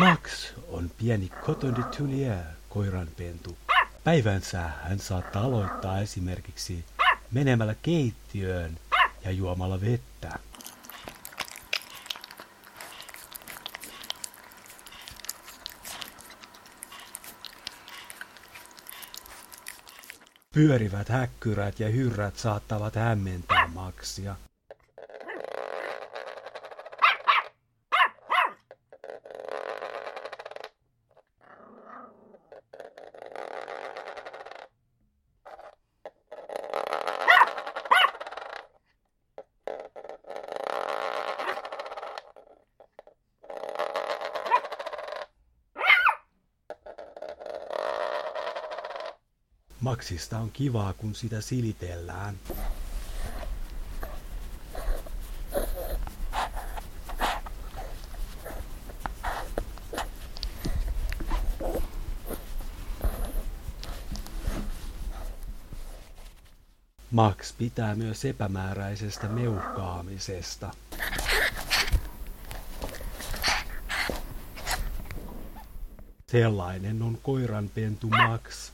Max on pieni coton de Tuileries koiranpentu. Päivänsä hän saattaa aloittaa esimerkiksi menemällä keittiöön ja juomalla vettä. Pyörivät häkkyrät ja hyrrät saattavat hämmentää Maxia. Maxista on kivaa, kun sitä silitellään. Max pitää myös epämääräisestä meuhkaamisesta. Sellainen on koiranpentu Max.